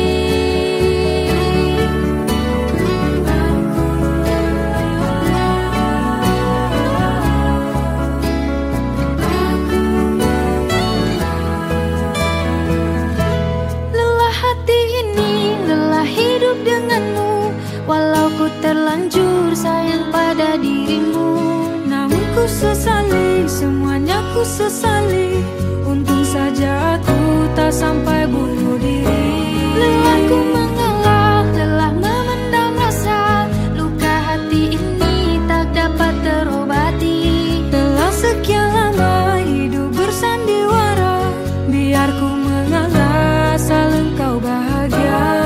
Lelah hati ini, lelah hidup denganmu. Walau ku terlanjur sayang pada dirimu, namun ku sesali, semuanya ku sesali. Untung saja aku tak sampai bunuh diri. Lelah ku mengalah, lelah memendam rasa. Luka hati ini tak dapat terobati. Telah sekian lama hidup bersandiwara. Biar ku mengalah asal engkau bahagia.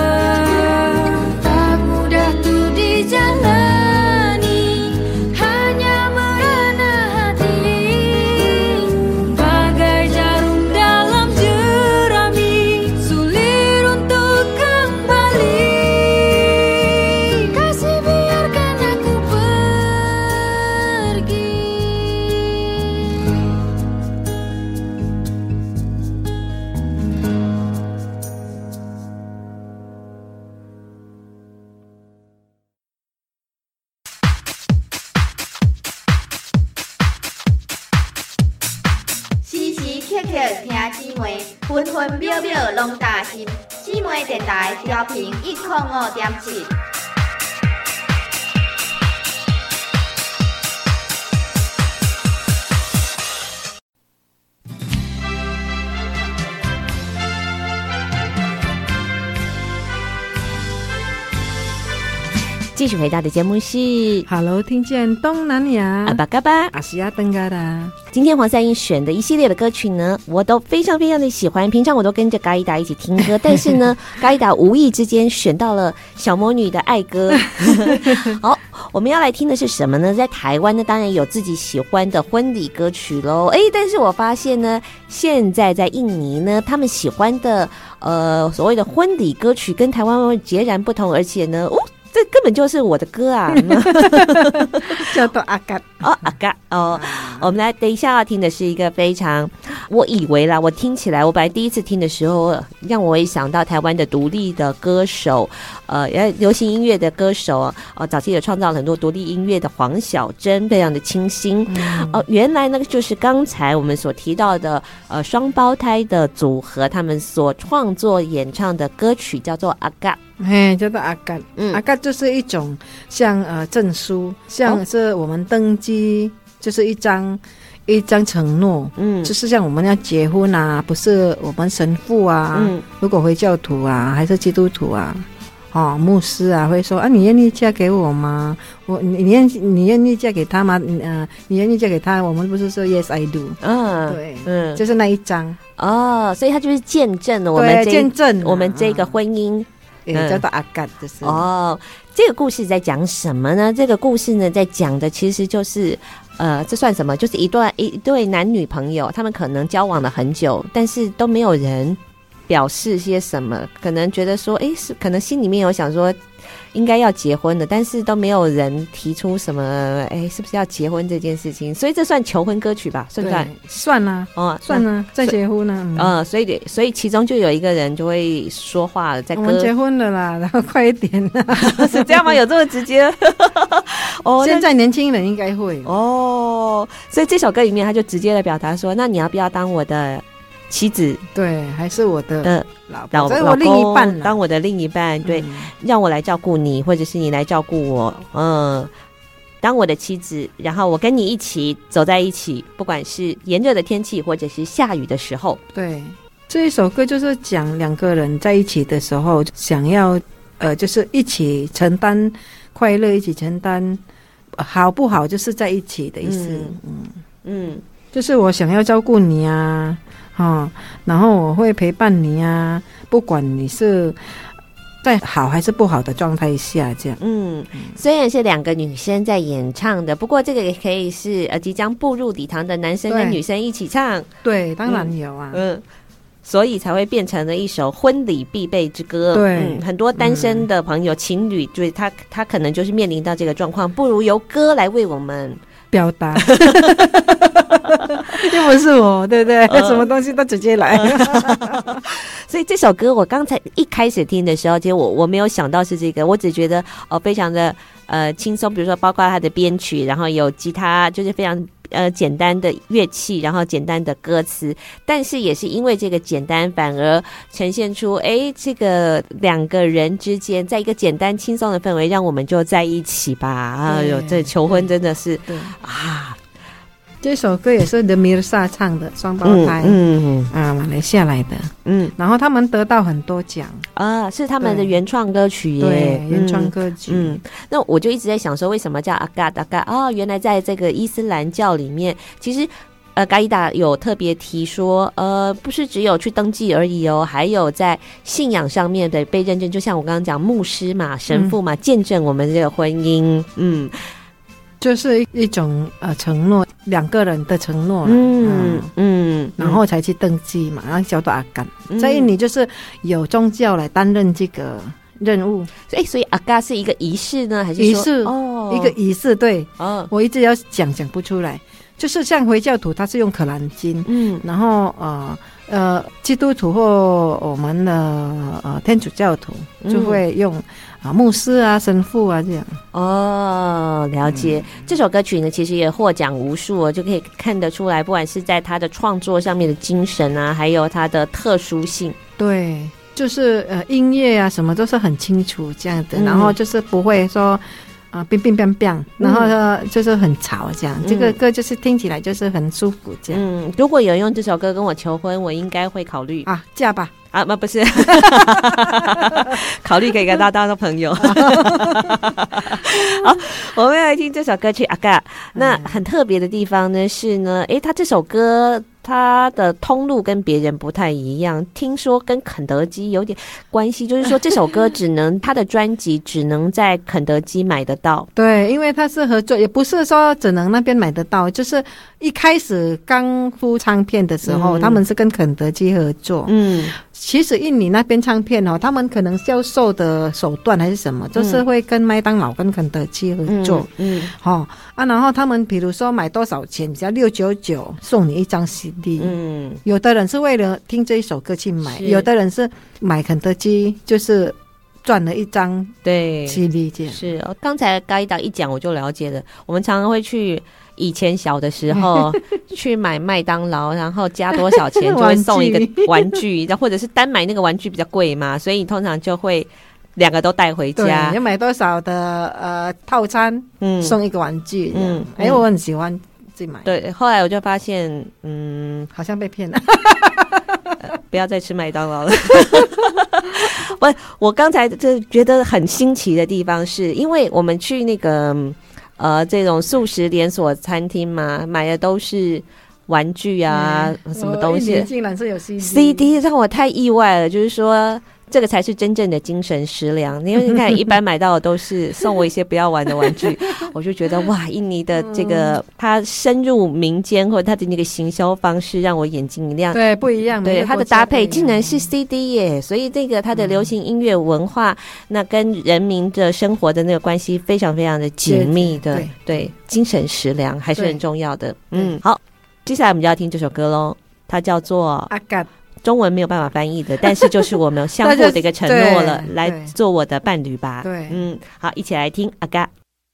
Jalani hanya merana hati, bagai jarum dalam jerami, sulit
刻刻听姊妹，分分秒秒拢大心。姊妹电台调频一零五点七。
继续回到的节目是
Hello， 听见东南亚
阿巴嘎巴
阿西亚登嘎达。
今天黄赛英选的一系列的歌曲呢，我都非常非常的喜欢。平常我都跟着嘎伊达一起听歌，但是呢，嘎伊达无意之间选到了小魔女的爱歌。好，我们要来听的是什么呢？在台湾呢，当然有自己喜欢的婚礼歌曲喽。哎，但是我发现呢，现在在印尼呢，他们喜欢的呃所谓的婚礼歌曲跟台湾截然不同，而且呢，哦。这根本就是我的歌啊，
叫做阿嘎
哦，阿嘎哦。我们来等一下要听的是一个非常，我以为啦，我听起来，我本来第一次听的时候，让我也想到台湾的独立的歌手，呃，流行音乐的歌手，呃，早期也创造了很多独立音乐的黄小珍，非常的清新。嗯、呃，原来那个就是刚才我们所提到的，呃，双胞胎的组合，他们所创作演唱的歌曲叫做阿嘎。
嘿，叫做阿嘎，嗯，阿嘎就是一种像呃证书，像是我们登记，就是一张一张承诺，嗯，就是像我们要结婚啊，不是我们神父啊，嗯，如果回教徒啊，还是基督徒啊，哦，牧师啊，会说啊，你愿意嫁给我吗？我你你愿你愿意嫁给他吗？呃，你愿意嫁给他？我们不是说 Yes I do， 嗯，对，嗯，就是那一张
哦，所以他就是见证了我们这
见证
我们这个婚姻。
也叫做阿嘎，就是
哦。这个故事在讲什么呢？这个故事呢，在讲的其实就是，呃，这算什么？就是一段一对男女朋友，他们可能交往了很久，但是都没有人表示些什么，可能觉得说，哎，是可能心里面有想说。应该要结婚的，但是都没有人提出什么，哎，是不是要结婚这件事情？所以这算求婚歌曲吧？算不算？
算啊，哦，算啊，在结婚呢。
嗯、呃，所以所以其中就有一个人就会说话了，在歌。
我们结婚了啦，然后快一点啦，
是这样吗？有这么直接？
哦，现在年轻人应该会
哦。所以这首歌里面，他就直接的表达说：“那你要不要当我的？”妻子
对，还是我的
的
老老老我另一半，
当我的另一半，对、嗯，让我来照顾你，或者是你来照顾我，嗯，当我的妻子，然后我跟你一起走在一起，不管是炎热的天气，或者是下雨的时候。
对，这一首歌就是讲两个人在一起的时候，想要呃，就是一起承担快乐，一起承担好不好，就是在一起的意思。嗯 嗯, 嗯，就是我想要照顾你啊。哦，然后我会陪伴你啊，不管你是在好还是不好的状态下，这样。嗯，
虽然是两个女生在演唱的，不过这个也可以是呃即将步入礼堂的男生跟女生一起唱。
对，当然有啊。
嗯。嗯，所以才会变成了一首婚礼必备之歌。
对、
嗯，很多单身的朋友、嗯、情侣，就是他他可能就是面临到这个状况，不如由歌来为我们
表达。又不是我，对不对？呃、什么东西都直接来。
所以这首歌我刚才一开始听的时候，其实我我没有想到是这个，我只觉得哦非常的呃轻松，比如说包括它的编曲，然后有吉他，就是非常。呃，简单的乐器，然后简单的歌词，但是也是因为这个简单，反而呈现出，哎，这个两个人之间，在一个简单轻松的氛围，让我们就在一起吧。啊，有这求婚真的是啊。
这首歌也是 The Mirsa 唱的，双胞胎，嗯，嗯啊，马来西亚来的，嗯，然后他们得到很多奖
啊，是他们的原创歌曲耶，
对，原创歌曲，
嗯，那我就一直在想说，为什么叫阿嘎阿嘎啊？原来在这个伊斯兰教里面，其实呃，嘎伊达有特别提说，呃，不是只有去登记而已哦，还有在信仰上面的被认证，就像我刚刚讲，牧师嘛、神父嘛，嗯、见证我们这个婚姻，嗯。
就是一种呃承诺，两个人的承诺，嗯 嗯, 嗯，然后才去登记嘛，然后叫做阿嘎。在印尼就是有宗教来担任这个任务，
哎，所以阿嘎是一个仪式呢，还是说
仪式？哦，一个仪式，对，哦，我一直要讲讲不出来。 就是像回教徒他是用可兰经，
嗯，
然后呃呃基督徒或我们的呃天主教徒就会用、嗯、啊牧师啊神父啊这样。
哦，了解、嗯、这首歌曲呢其实也获奖无数哦，就可以看得出来不管是在他的创作上面的精神啊，还有他的特殊性。
对，就是呃音乐啊什么都是很清楚这样的、嗯、然后就是不会说啊，冰冰冰冰，然后呢、嗯、就是很吵这样、嗯，这个歌就是听起来就是很舒服这样。嗯，
如果有人用这首歌跟我求婚，我应该会考虑
啊，嫁吧。
啊，不是，考虑可以跟他当做朋友。好，我们要来听这首歌曲阿嘎。那很特别的地方呢是呢，诶，他这首歌它的通路跟别人不太一样，听说跟肯德基有点关系，就是说这首歌只能他的专辑只能在肯德基买得到。
对，因为他是合作，也不是说只能那边买得到，就是一开始刚出唱片的时候、嗯、他们是跟肯德基合作。嗯，其实印尼那边唱片哦，他们可能销售的手段还是什么，就是会跟麦当劳跟肯德基合作。嗯，嗯哦啊，然后他们比如说买多少钱，只要六九九送你一张 C D。嗯，有的人是为了听这一首歌去买，有的人是买肯德基就是赚了一张
对
C D 这样。
是哦，刚才高一导一讲我就了解了，我们常常会去。以前小的时候去买麦当劳，然后加多少钱就会送一个玩具，或者是单买那个玩具比较贵嘛，所以你通常就会两个都带回家。
对，要买多少的呃套餐，嗯，送一个玩具。嗯，哎、欸，我很喜欢自己买。
对，后来我就发现，嗯，
好像被骗了。
呃、不要再吃麦当劳了。我我刚才就觉得很新奇的地方是，因为我们去那个。呃，这种素食连锁餐厅嘛，买的都是玩具啊，嗯、什么东西？
竟然是有 C D，
C D 让我太意外了。就是说，这个才是真正的精神食粮。因为你看，一般买到的都是送我一些不要玩的玩具，我就觉得哇，印尼的这个、嗯、它深入民间或者它的那个行销方式，让我眼睛一亮。
对，不一样。
对，它的搭配竟然是 C D 耶，所以这个它的流行音乐文化，嗯、那跟人民的生活的那个关系非常非常的紧密的。对，对，精神食粮还是很重要的。嗯，好，接下来我们就要听这首歌咯，它叫做
阿嘎。
中文没有办法翻译的，但是就是我们相互的一个承诺了，来做我的伴侣吧。
对，
嗯，好，一起来听阿嘎。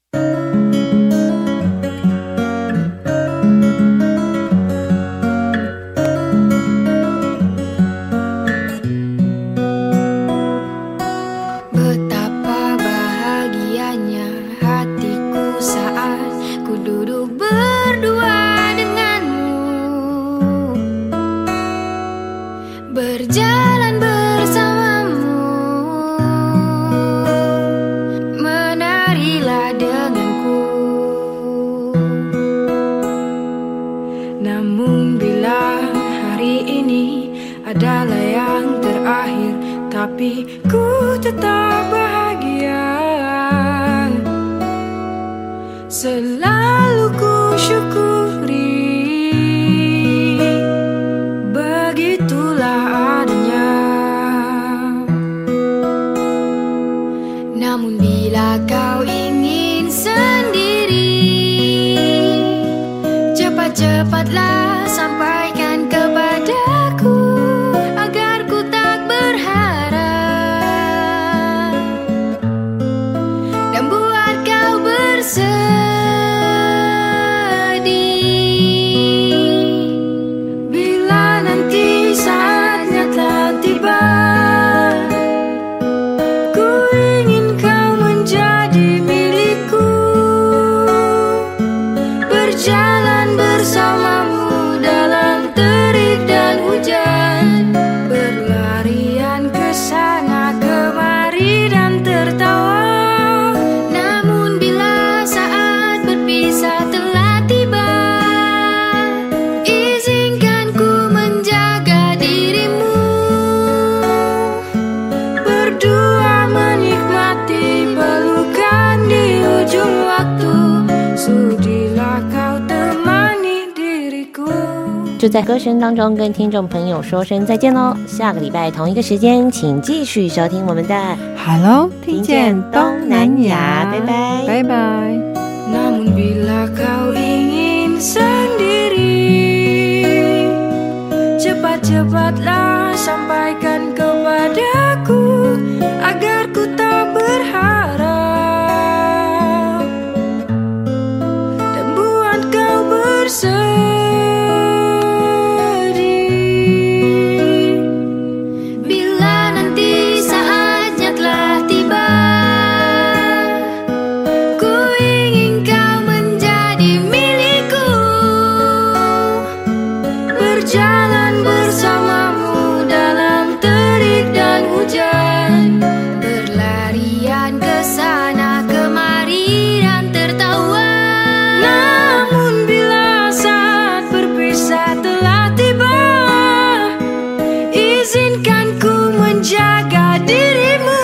Tapi ku tetap bahagia, selalu ku syukuri, begitulah adanya. Namun bila kau ingin sendiri, cepat-cepatlah sampaikan kepadaku agar ku tak berharap bila nanti saatnya telah tiba. Ku ingin kau menjadi milikku, berjalan bersamamu dalam terik dan hujan, berlarian ke sana kemari dan tertawa. Waktu sudilah kau temani diriku。
就在歌声当中跟听众朋友说声再见喽，下个礼拜同一个时间请继续收听我们的
Hello 听见东南亚，
拜拜
拜拜。
Namun bila kau ingin sendiri cepat-cepatlah sampaikan kepadaku agar ku tak berharap dan buat kau bersedih. Bila nanti saatnya telah tiba, ku ingin kau menjadi milikku, berjalan bersamamu dalam terik dan hujan, berlarian ke sana kemari dan tertawa. Namun bila saat berpisah telah tiba, izinkan ku menjaga dirimu,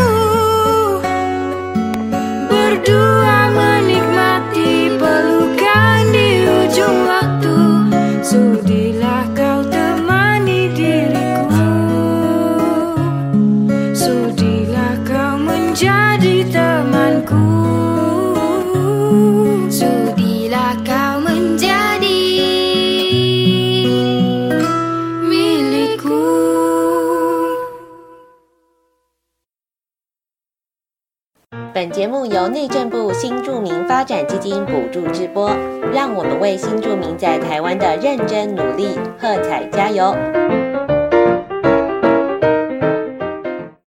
berdua menikmati pelukan di ujung waktu. Sudilah kau temani diriku, sudilah kau menjadi temanku, sudilah kau menjadi milikku.
本节目由内政部新住民发展基金补助直播，让我们为新住民在台湾的认真努力喝彩加油。